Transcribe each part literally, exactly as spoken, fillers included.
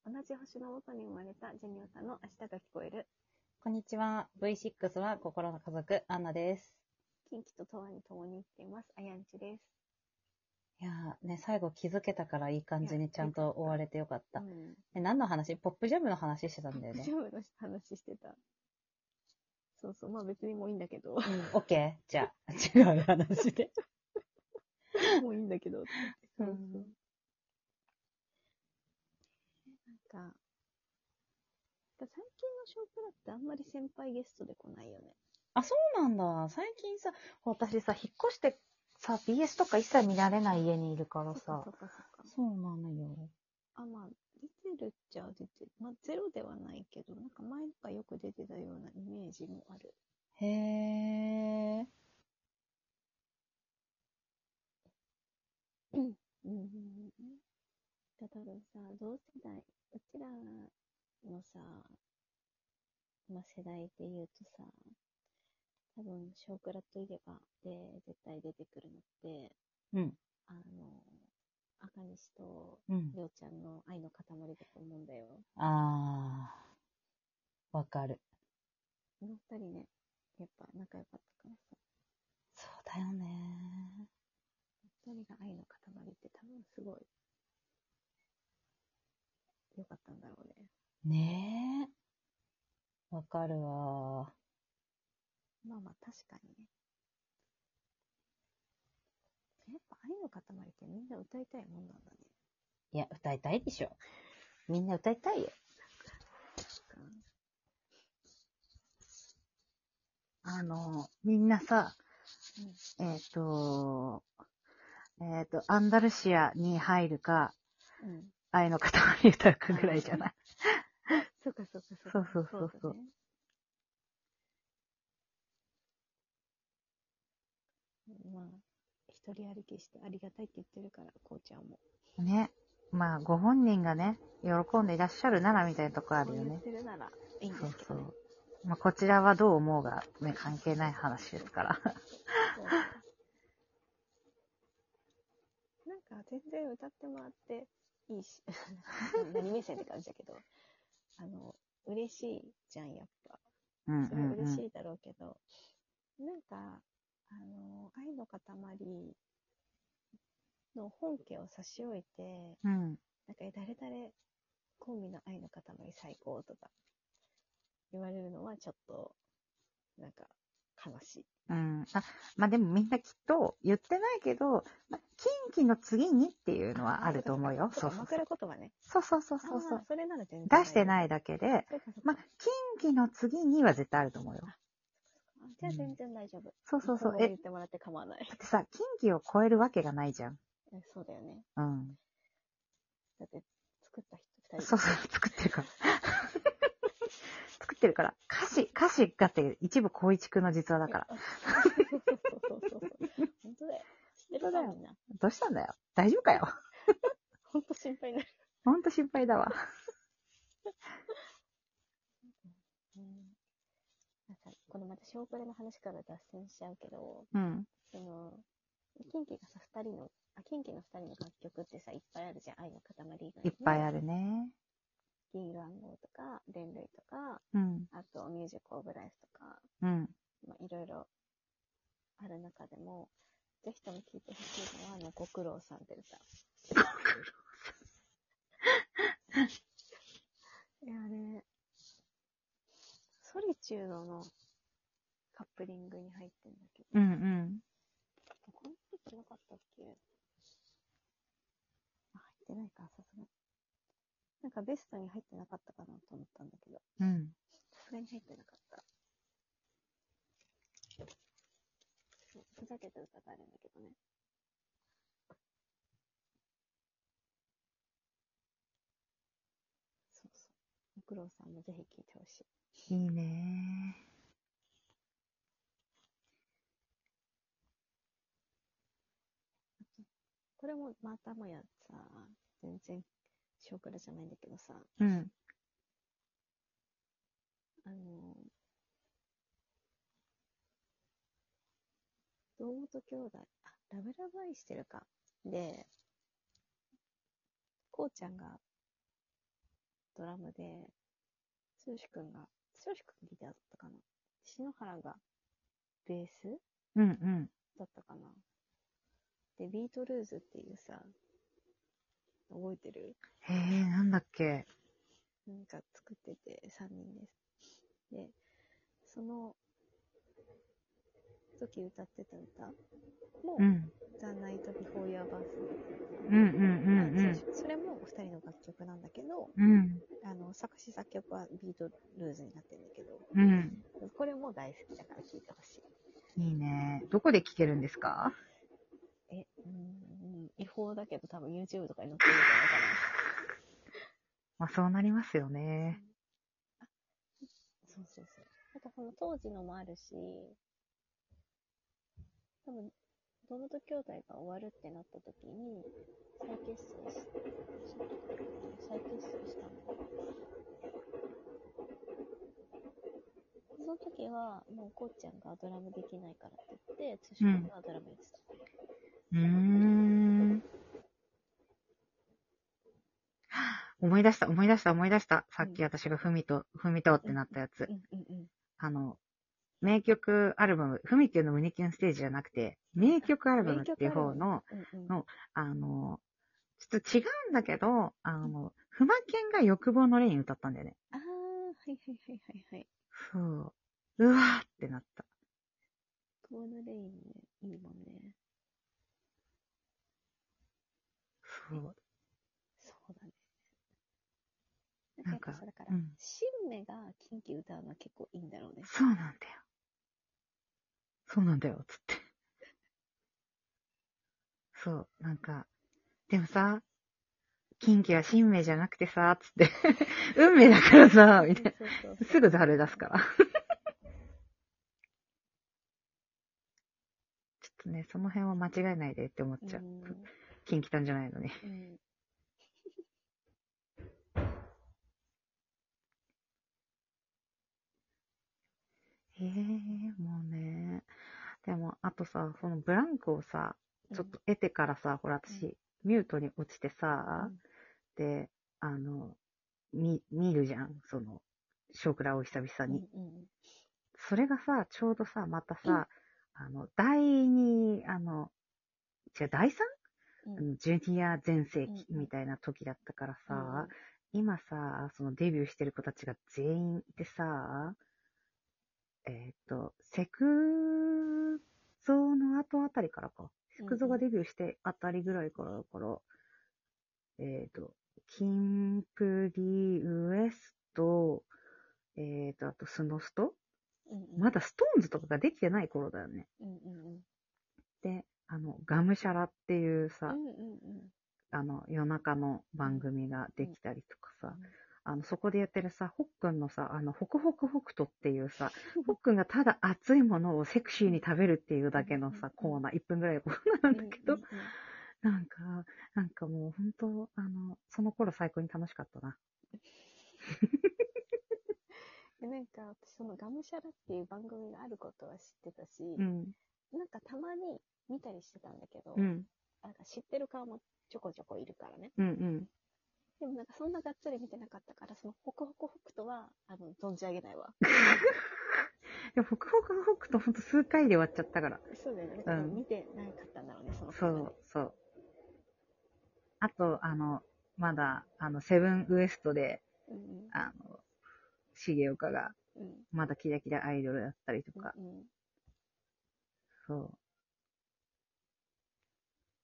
同じ星の元に生まれたジェニオタの明日が聞こえる。 こんにちは。ブイシックス は心の家族、アンナです。 近畿と永遠に共に生きています。あやんちです。 いやーね、最後気づけたからいい感じにちゃんと終われてよかった。 うん、 え、何の話？ポップジャムの話してたんだよね。 ポップジャムの話してた。そうそう、まあ別にもういいんだけど。 うん、オッケー。じゃあ、違う話で。 もういいんだけど。そうそう。 うん、 なんか、最近のショープラってあんまり先輩ゲストで来ないよね。 あ、そうなんだ。最近さ、私さ、引っ越してさ、ビーエス とか一切見られない家にいるからさ。 そっかそっかそっか。 そうなのよ。 あ、まあ、出てるっちゃ出てる。まあ、ゼロではないけど、なんか前とかよく出てたようなイメージもある。 へー。 うん。うんうんうん。多分さ、同世代、うちらのさ、まあ、世代で言うとさ、多分、少クラといえば、で、絶対出てくるのって、 うん。 あの、赤西とうん。 りょうちゃんの愛の塊だと思うんだよ。 あー、わかる。 この二人ね、やっぱ仲良かったからさ、 そうだよね。 二人が愛の塊って多分すごい良かったんだろうね。 ねえ。わかるわ。 まあまあ確かにね。やっぱ愛の塊ってみんな歌いたいもんなんだね。 いや、歌いたいでしょ。みんな歌いたいよ。あの、みんなさ、 うん、 えっ、ー、と、えっ、ー、と、アンダルシアに入るか、 うん。 愛の塊歌うかぐらいじゃない？ そうかそうかそうか。 そうそうそうそう。 だね。まあ、一人歩きしてありがたいって言ってるから、こうちゃんも。 ね。まあ、ご本人がね、喜んでいらっしゃるならみたいなとこあるよね。 そう言ってるならいいんですけどね。 そうそう。まあ、こちらはどう思うが、ね、関係ない話ですから。 そうなんか全然歌ってもらっていいし、何目線って感じだけど、あの、嬉しいじゃん、やっぱ。 うんそれはうんうん。 嬉しいだろうけど、なんか、あの、愛の塊の本家を差し置いて、 うん。 なんか、誰々コンビの愛の塊最高とか言われるのはちょっと、なんか、悲しい。 うん。あ、まあでもみんなきっと言ってないけど、まあ、近畿の次にっていうのはあると思うよ。 そうか、 そうそうそう。 枕言葉ね。 そうそうそうそうそう。 ああ、それなら全然出大丈夫。 してないだけで、 そうか、そうまあか。 近畿の次には絶対あると思うよ。 あ、じゃあ全然大丈夫。 そうそうそう。 今後もえ、 言ってもらって構わない。 だってさ、近畿を超えるわけがないじゃん。 えそうだよね。 うん。 だって、作った人二人そうそう、作ってるから。作ってるから。歌詞、歌詞がって一部光一くんの実話だから。 そうそうそうそうそう。本当だよ。知ってるかみんな。 どうしたんだよ。大丈夫かよ。 本当心配になる。 ほんと心配だわ。 うん、なんかこのまた少プレの話から脱線しちゃうけど、 うん。 その、キンキがさ、二人の、あ、キンキの二人の楽曲ってさ、いっぱいあるじゃん。愛の塊以外にも。 いっぱいあるね。 銀色暗号とか、伝類とか、 うん。 あと、ミュージックオブライフとか、 うん。 まあ、いろいろある中でも、ぜひとも聴いてほしいのは、あの、ご苦労さんって歌。いや、あれ、ソリチュードのカップリングに入ってんだけど、 うんうん。 この入ってなかったっけ？あ、入ってないか、さすがに。なんかベストに入ってなかったかなと思ったんだけど、 うん。 さすがに入ってなかった。ふざけた歌があるんだけどね。そうそう。ご苦労さんもぜひ聴いてほしい。 いいねこれもまたもやさ、全然少クラじゃないんだけどさ、 ー。うん。 あの、堂本兄弟、あ、ラブラブ愛してるか。で、こうちゃんがドラムで、剛くんが、剛くんギターだったかな。篠原がベースうんうん。 だったかな。で、ビートルーズっていうさ、覚えてる？ へえ、なんだっけ。 なんか作っててさんにんです。で、その時歌ってた歌も、 うん。 The Night Before Your Birthday うんうんうんそれもふたりの楽曲なんだけど、 うん。うん。 あの作詞作曲はビートルーズになってるんだけど、 うん。 これも大好きだから聴いてほしい。 いいね。どこで聴けるんですか？ え、うん、違法だけど多分 YouTube とかに載ってるんじゃないかまあそうなりますよね。 な。そうそうそう。なんかその当時のもあるし、多分、堂本兄弟が終わるってなった時に、再結成し、再結成したの。その時は、もうこうちゃんがドラムできないからって言って、つしくんがドラムやってた。 うーん。思い出した、思い出した、思い出した。さっき私がふみと、ふみとってなったやつ。 うんうんうん。 あの、名曲アルバム、ふみっていうの胸キュンステージじゃなくて、名曲アルバムっていう方の、 うんうん、 の、あの、ちょっと違うんだけど、あの、ふまけんが欲望のレイン歌ったんだよね。 あー、はいはいはいはいはい。 そう。うわーってなった。 コードレインね、いいもんね。 そう。 そうだね。 なんか、 なんかやっぱさ、だから、 うん。 シンメがキンキ歌うのは結構いいんだろうね。 そうなんだよ。そうなんだよ、つって。そう、なんか、でもさ、近畿は新名じゃなくてさ、つって。運命だからさ、みたいそうそうな。 そうすぐざる出すから。ちょっとね、その辺は間違えないでって思っうちゃう。 ん。 近畿たんじゃないのに。 うん。 ええー、もうね。でも、あとさ、そのブランクをさ、ちょっと得てからさ、ほら、私、ミュートに落ちてさ、で、あの、見、見るじゃん、その、少クラを久々に。 うんうんそれがさ、ちょうどさ、またさ、あの、第二、あの、違う、第三、 うんあのジュニア全盛うん期みたいな時だったからうんさ、今さ、そのデビューしてる子たちが全員いてさ、えっと、セクゾーの後あたりからか。セクゾがデビューしてあたりぐらいからだから、えっと、キンプリウエスト、えっと、あとスノスト、 うんうんまだストーンズとかができてない頃だよね。 うんうんで、あの、ガムシャラっていうさ、 うんうんうんあの、夜中の番組ができたりとかさ、あの、そこでやってるさ、ホックンのさ、あの、ホクホクホクトっていうさ、ホックンがただ熱いものをセクシーに食べるっていうだけのさ、コーナー、いっぷんぐらいのコーナーなんだけど、なんか、なんかもう本当、あの、その頃最高に楽しかったな。 で、なんか私そのガムシャラっていう番組があることは知ってたし、 うん。 なんかたまに見たりしてたんだけど、 うん。 なんか知ってる顔もちょこちょこいるからね。 うんうん。 でもなんかそんながっつり見てなかったから、そのホクホクホクとは、あの、存じ上げないわ。 でも、ホクホクホクとほんと数回で終わっちゃったから。 そうだよね。だからうん。 見てなかったんだろうね、その頃はね。 そう、そう。あと、あの、まだ、あの、セブンウエストで、 うんあの、重岡が、 うん。うんまだキラキラアイドルだったりとか。 うんうん。 そう。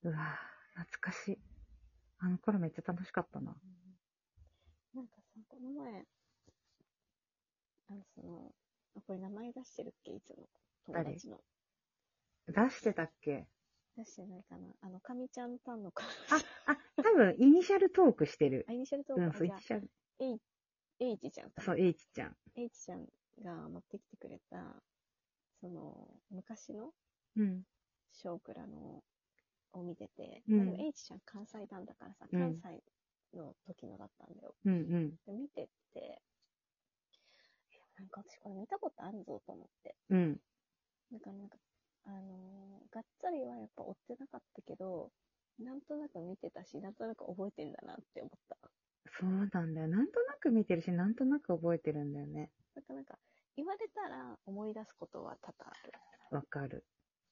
うわぁ、懐かしい。あの頃めっちゃ楽しかったな。 なんかさ、この前、あの、その、あ、これ名前出してるっけいつも。友誰達の。 出してたっけ？ 出してないかな。あの、かみちゃんたんのか。 あ、あ、多分、イニシャルトークしてる。 あ、イニシャルトーク、 うん、 あ、 そう、イじゃあ、 ニシャル。 えい、H ちゃんか。 そう、H ちゃん。 H ちゃんが持ってきてくれた、その、昔のうん。 少クラのを見てて、 うん。 まあ、でも H ちゃん関西なんだからさ、 うん関西の時のだったんだよ。 うんうん。 で見てて、なんか私これ見たことあるぞと思って。 うん。 だからなんか、あのー、がっつりはやっぱ追ってなかったけど、なんとなく見てたし、なんとなく覚えてんだなって思った。 そうなんだよ。なんとなく見てるし、なんとなく覚えてるんだよね。 なんかなんか、言われたら思い出すことは多々ある。 わかる。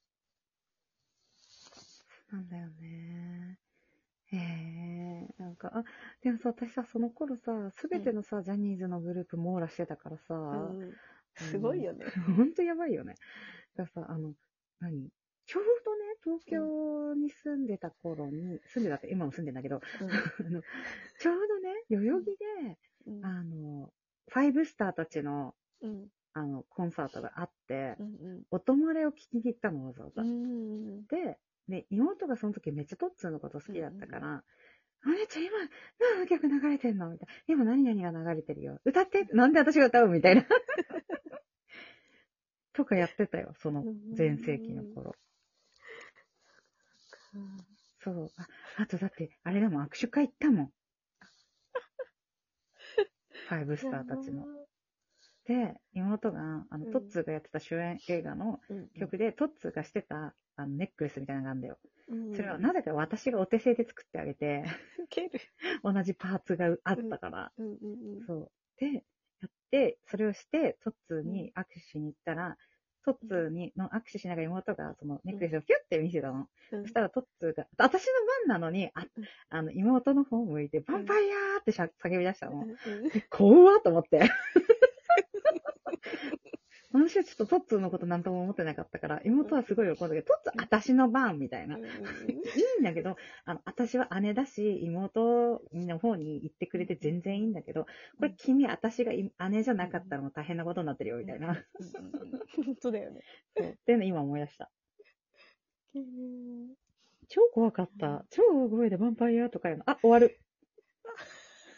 そうなんだよね。へえ、なんか、あ、でもさ、私さ、その頃さ、すべてのさ、ジャニーズのグループ網羅してたからさ、 うん。すごいよね。 ほんとやばいよね。だからさ、あの、何ちょうどね、東京に住んでた頃に、住んでたって今も住んでんだけど、 うん。 あのちょうどね、代々木で、 うん。 あの、ファイブスターたちの、 うん。 あの、コンサートがあって、 うん。 お泊れを聞きに行ったの、わざわうざ。 ん。 で、で、妹がその時めっちゃトッツーのこと好きだったから、お姉ちゃん今、何の曲流れてんのみたいな。今何々が流れてるよ。歌ってなんで私が歌うみたいな。とかやってたよ、その全盛期の頃。そう。あ、あとだって、あれだもん、握手会行ったもん。ファイブスターたちの。で、妹が、あの、トッツーがやってた主演映画の曲で、トッツーがしてた、あの、ネックレスみたいなのがあるんだよ。それはなぜか私がお手製で作ってあげて、同じパーツがあったから、そう。で、やって、それをして、トッツーに握手しに行ったら、トッツーにの握手しながら妹がそのネックレスをピュッて見せたの。そしたらトッツーが、私の番なのに、あ、あの、妹の方を向いて、ヴァンパイヤーって叫び出したの。で、怖ーと思って。私はちょっとトッツーのことなんとも思ってなかったから、妹はすごい喜んだけど、トッツー私の番みたいな。いいんだけど、あの、私は姉だし、妹の方に行ってくれて全然いいんだけど、これ君、私が姉じゃなかったらもう大変なことになってるよ、みたいな。 本当だよね。 そう。っていうの今思い出した。超怖かった。超大声でヴァンパイアとか言うの。あ、終わる。